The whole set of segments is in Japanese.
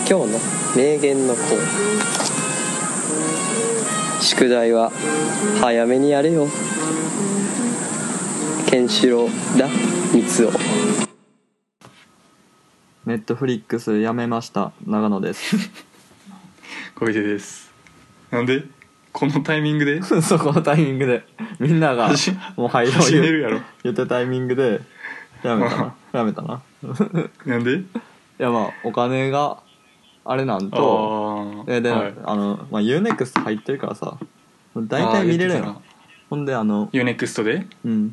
今日の名言のコーナー。宿題は早めにやれよ。ケンシロウら三つお。 ネットフリックスやめました長野です小出です。なんでこのタイミングでそこのタイミングでみんながもう入ろう始めるやろ。 言ったタイミングでやめたなやめたななんでいやまあお金があれなんとで、 はい、 UNEXT 入ってるからさ大体見れるよ。ほんで UNEXT で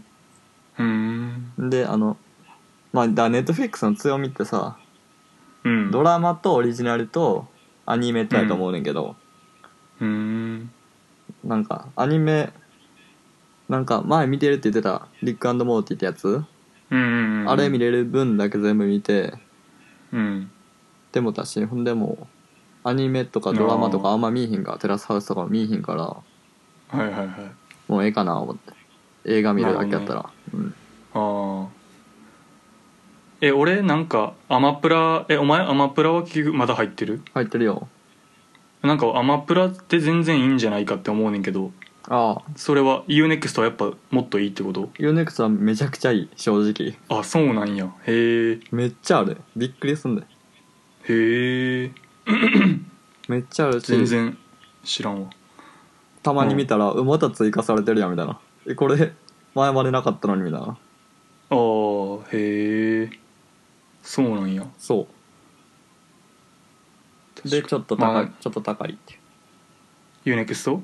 でだネットフリックスの強みってさ、ドラマとオリジナルとアニメとやと思うねんけど、なんかアニメなんか前見てるって言ってたリック&モーティってやつ、あれ見れる分だけ全部見て、でもたし、ほんでもアニメとかドラマとかあんま見えひんから、テラスハウスとかも見えひんから、もうええかな思って映画見るだけやったら、 俺なんかアマプラお前アマプラは結局まだ入ってる？ 入ってるよ。 なんかアマプラって全然いいんじゃないかって思うねんけど、それは UNEXT はやっぱもっといいってこと？ UNEXT はめちゃくちゃいい、正直。 あ、そうなんや。へえ。 めっちゃある、びっくりすんで。 へえめっちゃあるし、 全然知らんわ。 たまに見たら、また追加されてるやんみたいな、これ前までなかったのにみたいな。 ああ、へえ、そうなんや。 そうでちょっと高い、ちょっと高いっていう UNEXT？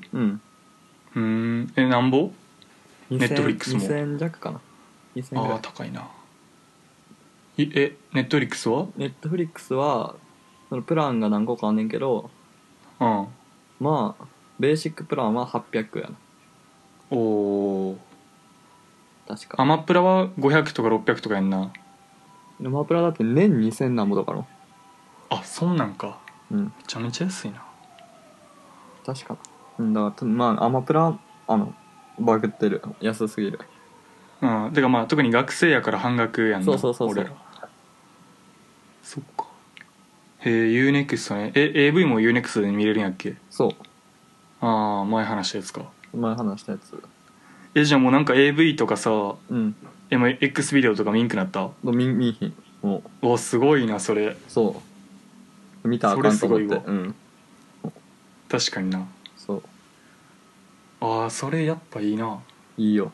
なんぼ？ネットフリックスも 2000円弱かな。2000円ぐらい。 ああ、高いな。ネットフリックスは？ ネットフリックスはそのプランが何個かあんねんけど、まあベーシックプランは800やな。 おお。 確かアマプラは500とか600とかやんな。 アマプラだって年2000何ぼだから。 あ、そんなんか。 めちゃめちゃ安いな。 確かだからアマプラバグってる、安すぎる。 だから特に学生やから半額やんな。 そう俺ら。そっか。へえ、UNEXT ね。AV も UNEXT で見れるんやっけ？ そう。 ああ、前話したやつか。 前話したやつ。 じゃあもうなんか AV とかさ、もう X ビデオとか見んくなった？ 見いひん。もうお、すごいなそれ。 そう見たらあかんと思って。 それすごいわ。確かにな。 そう。 ああ、それやっぱいいな。 いいよ。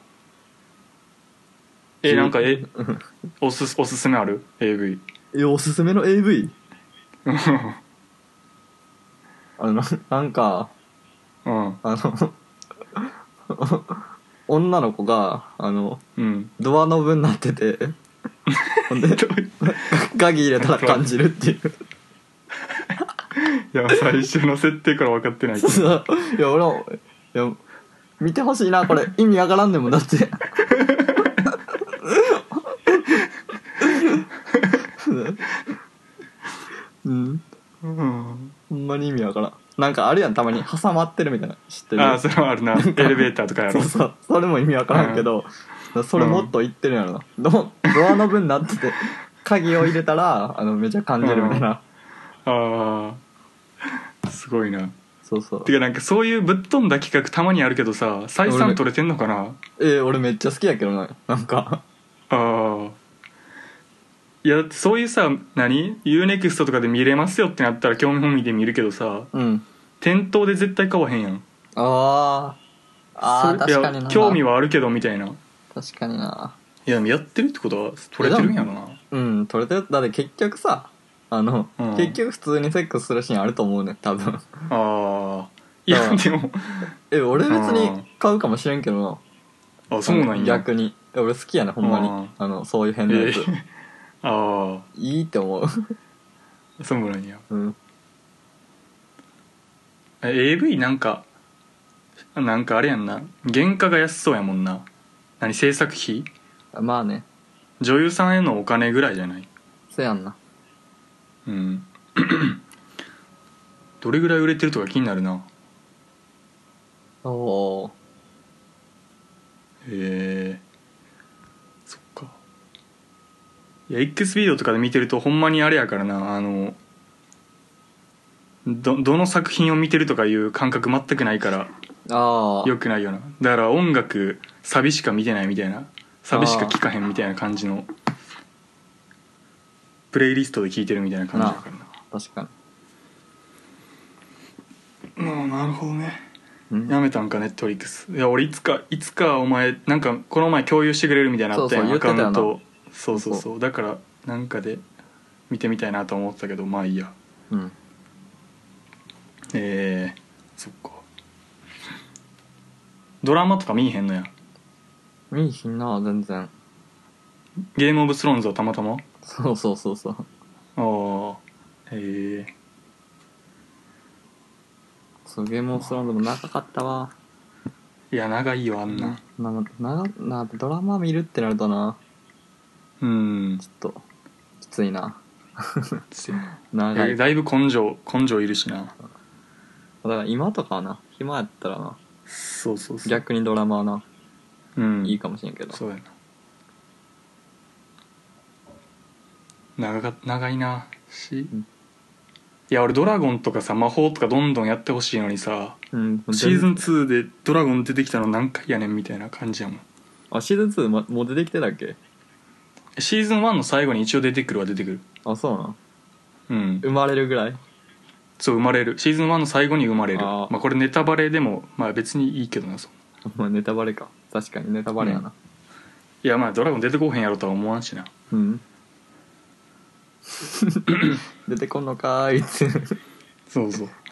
なんかおすすめある AV？ おすすめの AV？ なんか女の子がドアノブになっててほんで鍵入れたら感じるっていういや、最初の設定から分かってないけどいや俺も見てほしいなこれ、意味わからんねんもんだってほんまに意味わからん。なんかあるやん、たまに挟まってるみたいな、知ってる？ あ、それはあるな。エレベーターとかやろ。 そうそれも意味わからんけど、それもっと言ってるやろな。ドアノブになってて鍵を入れたらめちゃ感じるみたいな。 ああ、すごいな。 そうてかなんかそういうぶっ飛んだ企画たまにあるけどさ、採算取れてんのかな？ 俺めっちゃ好きやけどな、なんかいや、そういうさ、UNEXT とかで見れますよってなったら興味本位で見るけどさ、店頭で絶対買わへんやん。 確かにな。 興味はあるけどみたいな。 確かにな。 いや、やってるってことは取れてるんやろな。 取れてる。だって結局さ、結局普通にセックスするシーンあると思うね、多分。 いやでも俺別に買うかもしれんけどな。そうなんや。 逆に俺好きやね、ほんまに。そういう変なやつ。いいって思う。 そうなんや。AV なんかあれやんな、原価が安そうやもんな。制作費？ まあね、 女優さんへのお金ぐらいじゃない？ そうやんな。 どれぐらい売れてるとか気になるな。 そっか。いや X ビデオとかで見てるとほんまにあれやからな、 どの作品を見てるとかいう感覚全くないからよくないよな。だから音楽サビしか見てないみたいな、サビしか聴かへんみたいな感じのプレイリストで聴いてるみたいな感じだからな。 確かに。まあなるほどね。やめたんかネットフリックス。いや俺いつかお前なんかこの前共有してくれるみたいなあったやん、アカウント。そうだからなんかで見てみたいなと思ってたけど、まあいいや。 うん。 そっか。ドラマとか見えへんのや。 見えひんな全然。 ゲームオブスローンズはたまたま。 そう。 ああ。 そうゲームオブスローンズも長かったわ。 いや長いよあんな。 ドラマ見るってなるとな。ちょっときついな。 長い。だいぶ根性いるしな。 だから今とかはな、暇やったらな。 そう逆にドラマはな、いいかもしれんけど。 そうやな。長いなし、いや俺ドラゴンとかさ魔法とかどんどんやってほしいのにさ、シーズン2でドラゴン出てきたの何回やねんみたいな感じやもん。 あ、シーズン2もう出てきてたっけ？ シーズン1の最後に一応出てくる。 あ、そうなん。生まれるぐらい。 そう、生まれる。シーズン1の最後に生まれる。まあこれネタバレでもまあ別にいいけどな。 まあネタバレか。確かにネタバレやな。 いやまあドラゴン出てこへんやろとは思わんしな。 出てこんのかーいってそう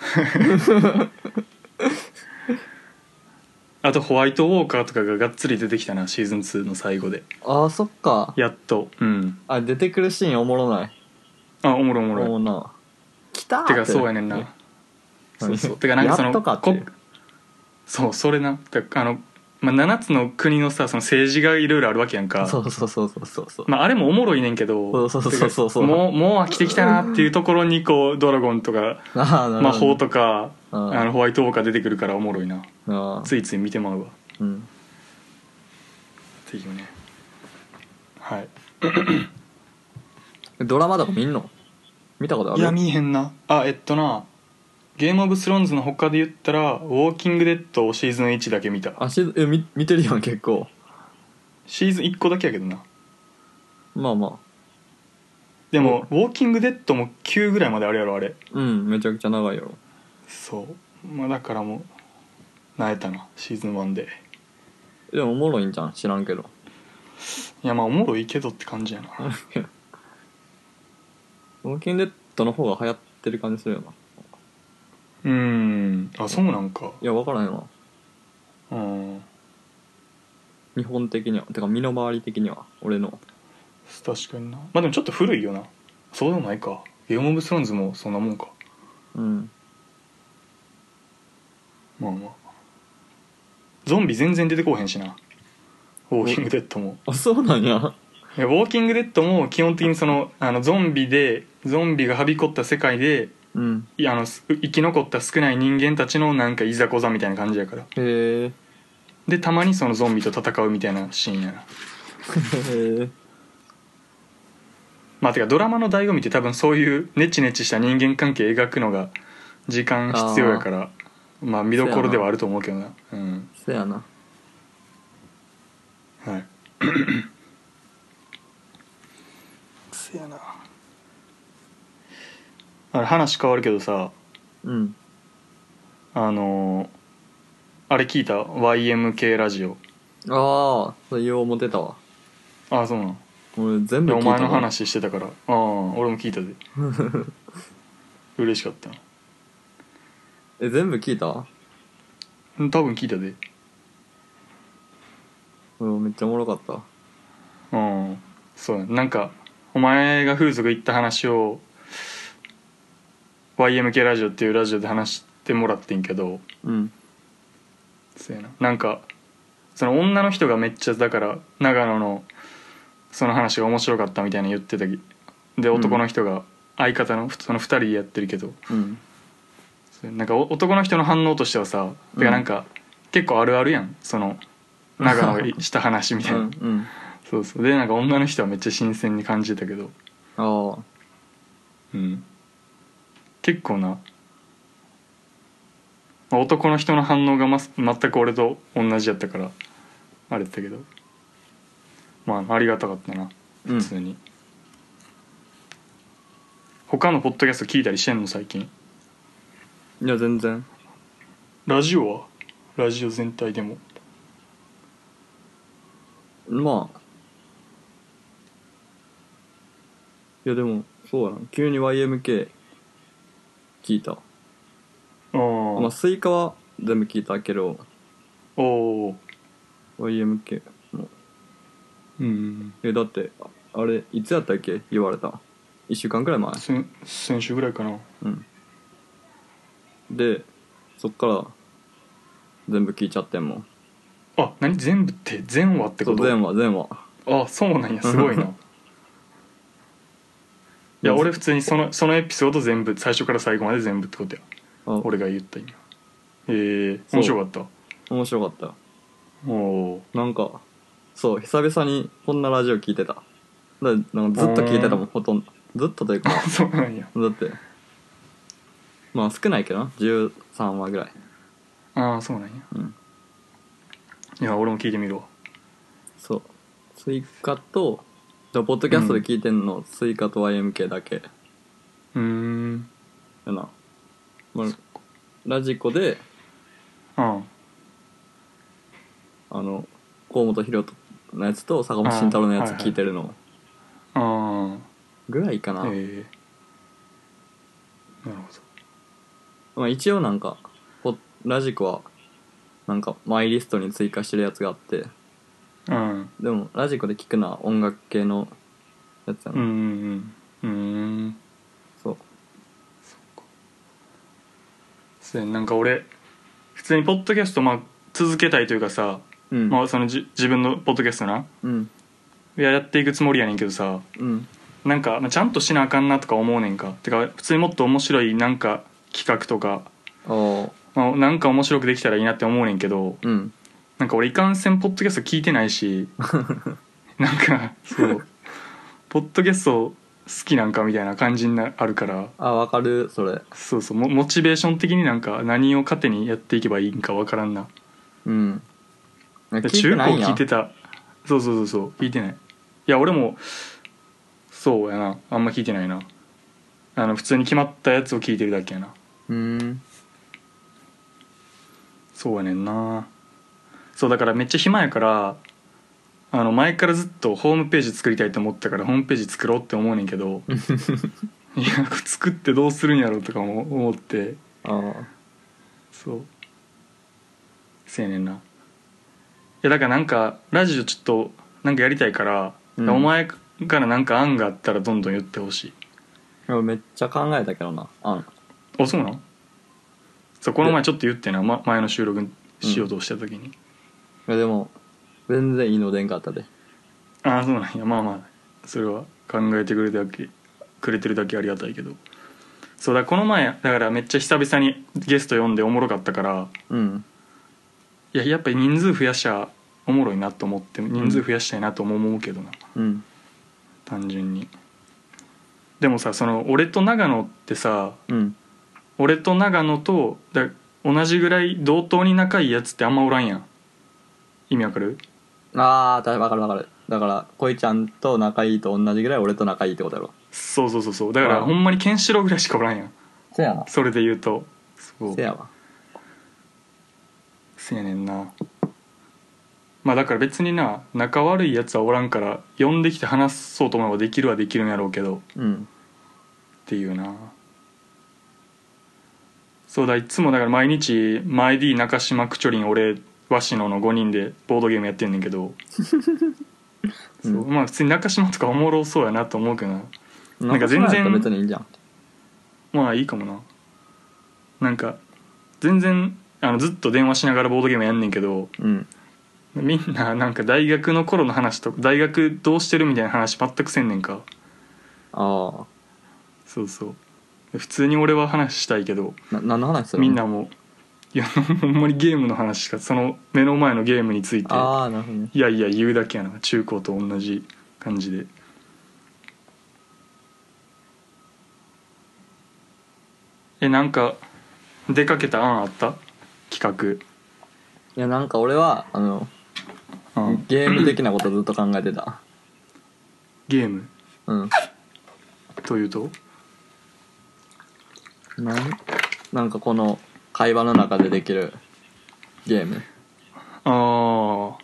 あとホワイトウォーカーとかががっつり出てきたな、シーズン2の最後で。 ああ、そっか。 やっと。 あ、出てくるシーンおもろない。 あ、おもろい。 おもな。来たーてかそうやねんな。そうてかなんかそのやっとかってそうそれな。まあ、7つの国のさ、その政治がいろいろあるわけやんか。 そう。 まああれもおもろいねんけど、 そう。 もう飽きてきたなっていうところにこうドラゴンとか魔法とかホワイトウォーカー出てくるからおもろいな。ついつい見てまうわ。っていうね。はい。 ドラマとか見んの？見たことある？ いや見えへんな。ゲームオブスローンズの他で言ったらウォーキングデッドをシーズン1だけ見た。 見てるやん結構。 シーズン1個だけやけどな。 まあでもウォーキングデッドも9ぐらいまであるやろあれ。 めちゃくちゃ長いやろ。 そうまあだからもう慣れたなシーズン1で。 でもおもろいんじゃん、知らんけど。 いやまあおもろいけどって感じやな。 ウォーキングデッドの方が流行ってる感じするよな。 あ、そうなんか。 いや分からへんわ。日本的にはてか身の回り的には俺の。 確かにな。まあでもちょっと古いよな。そうでもないか。ゲームオブスローンズもそんなもんか。まあゾンビ全然出てこうへんしな、ウォーキングデッドも。 あ、そうなんや。 いやウォーキングデッドも基本的にそのゾンビがはびこった世界で、生き残った少ない人間たちのなんかいざこざみたいな感じやから。 へえ。 でたまにそのゾンビと戦うみたいなシーンやな。 へえ。 まあてかドラマの醍醐味って多分そういうネチネチした人間関係描くのが時間必要やから、まあ見どころではあると思うけどな。 そやな。 はいせやな。話変わるけどさ、あれ聞いた YMK ラジオ。 ああ、それよう思ってたわ。 ああ、そうなの。 俺全部聞いた。 お前の話してたから。ああ、俺も聞いたで。嬉しかった。 全部聞いた？ 多分聞いたで。 めっちゃおもろかった。 そうなんかお前が風俗行った話を YMK ラジオっていうラジオで話してもらってんけど、そうやな。なんかその女の人がめっちゃだから長野のその話が面白かったみたいな言ってたで、男の人が相方のその2人でやってるけど、なんか男の人の反応としてはさ、だからなんか結構あるあるやん、その長野がした話みたいな。そうでなんか女の人はめっちゃ新鮮に感じてたけど、結構なまあ、男の人の反応が、全く俺と同じやったからあれだったけど、まあありがたかったな普通に、他のポッドキャスト聞いたりしてんの最近？ いや全然。 ラジオ全体でもまあいやでもそうやな、急に YMK 聞いた。まあスイカは全部聞いたけど、 おお YMK もうんだってあれいつやったっけ言われた。1週間くらい前。 先週ぐらいかな。 うんでそっから全部聞いちゃってんもん。 あ、何全部って全話ってこと？ そう全話。 あ、そうなんや、すごいな。いや俺普通にそのエピソード全部最初から最後まで全部ってことや。俺が言った今。面白かった。 面白かった。 おお。 なんかそう久々にこんなラジオ聞いてた。なんかずっと聞いてたもん、ほとんど。ずっとというかそうなんや。 だってまあ少ないけどな、13話ぐらい。 ああそうなんや。 うんいや俺も聞いてみるわ。 そうスイカとポッドキャストで聞いてんの、スイカと YMK だけやな。まあ、ラジコで河本大翔のやつと坂本慎太郎のやつ聞いてるのぐらいかな。 なるほど。 まあ、一応なんかラジコはなんかマイリストに追加してるやつがあって、でもラジコで聞くのは音楽系のやつやな。 そうなんか俺普通にポッドキャスト続けたいというかさ、まあその自分のポッドキャストな、やっていくつもりやねんけどさ、なんかちゃんとしなあかんなとか思うねんか。てか普通にもっと面白いなんか企画とかなんか面白くできたらいいなって思うねんけど、なんか俺いかんせんポッドキャスト聞いてないしなんかそうポッドキャスト好きなんかみたいな感じにあるから。 わかるそれ。 そうモチベーション的になんか何を糧にやっていけばいいんかわからんな。 中高聞いてた。そう聞いてない。いや俺もそうやな、あんま聞いてないな。普通に決まったやつを聞いてるだけやな。そうやねんな。そうだからめっちゃ暇やから前からずっとホームページ作りたいと思ったからホームページ作ろうって思うねんけどいや作ってどうするんやろうとかも思って。そうやねんな。いやだからなんかラジオちょっとなんかやりたいから、お前からなんか案があったらどんどん言ってほしい。 めっちゃ考えたけどな案。 そうなん？そうこの前ちょっと言ってな、前の収録しようとした時に、 いやでも全然いいの出んかったで。 そうなんや。まあそれは考えてくれてるだけありがたいけど。そうだこの前だからめっちゃ久々にゲスト呼んでおもろかったから、いややっぱり人数増やしゃおもろいなと思って人数増やしたいなとも思うけどな、単純に。でもさその俺と長野ってさ、俺と長野と同じぐらい同等に仲いいやつってあんまおらんやん。意味わかる？ 分かる。だから恋ちゃんと仲いいと同じぐらい俺と仲いいってことやろ。 そうだからほんまにケンシロウぐらいしかおらんやん。 せやな。 それで言うとせやわ。 せやねんな。だから別にな仲悪いやつはおらんから呼んできて話そうと思えばできるはできるんやろうけど、っていうな。そうだいつもだから毎日前 D 中島クチョリン俺鷲野の5人でボードゲームやってんねんけどそう普通に中島とかおもろそうやなと思うけどなんか全然別にいいじゃん。 いいかもな。なんか全然ずっと電話しながらボードゲームやんねんけど、みんななんか大学の頃の話とか大学どうしてるみたいな話全くせんねんか。そう普通に俺は話したいけど何の話するの？ みんなもいやほんまにゲームの話しか、その目の前のゲームについてなるほど、ね、 いや言うだけやな。中高と同じ感じで。なんか出かけた案あった？ 企いやなんか俺はゲーム的なことずっと考えてた。 ゲームうんというとなんかこの会話の中でできるゲーム。 あ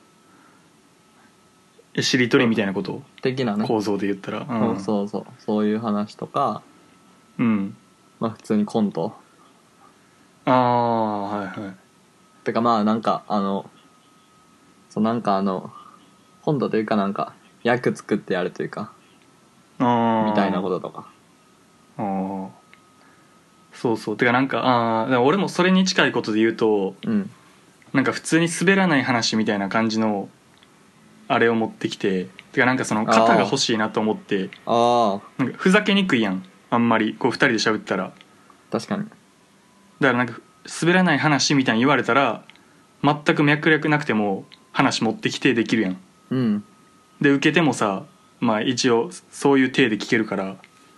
あ、しりとりみたいなこと的なね構造で言ったら、 うん、そういう話とか、 うん、 まあ普通にコント。 ああはいはい。 てかまあなんかなんかコントというかなんか役作ってやるというかみたいなこととか。 ああそうそう。てかなんか俺もそれに近いことで言うと、 うん、 なんか普通に滑らない話みたいな感じのあれを持ってきて、てかなんかその型が欲しいなと思って。なんかふざけにくいやん、あんまりこう2人で喋ったら。 確かに。 だからなんか滑らない話みたいに言われたら全く脈絡なくても話持ってきてできるやん。 うん。 で受けてもさ、まあ一応そういう体で聞けるから。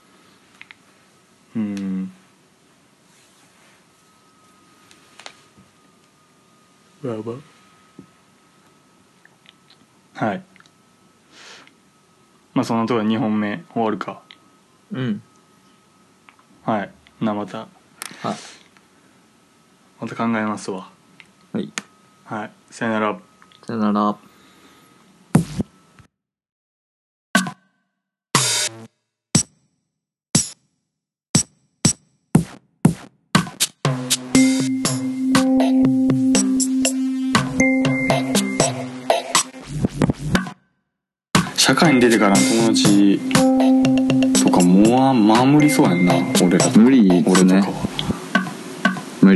やば。はい。まあそのところで2本目終わるか。 うん。 はい。また。 はい。 また考えますわ。 はい。 はい。さよなら。 さよなら。 社会に出てからの友達とかもうまあ無理そうやんな。俺らとか無理ですね。 俺とかは無理。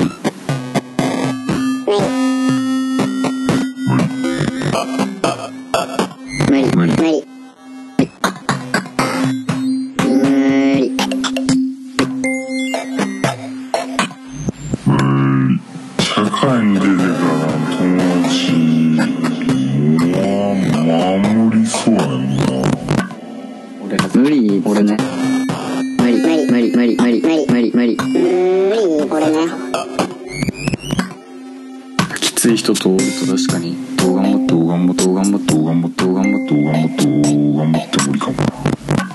社会に出てから友達無理そうやんな。 無理俺ね。無理俺ね。 きつい人とおると確かにどう頑張って無理かもな。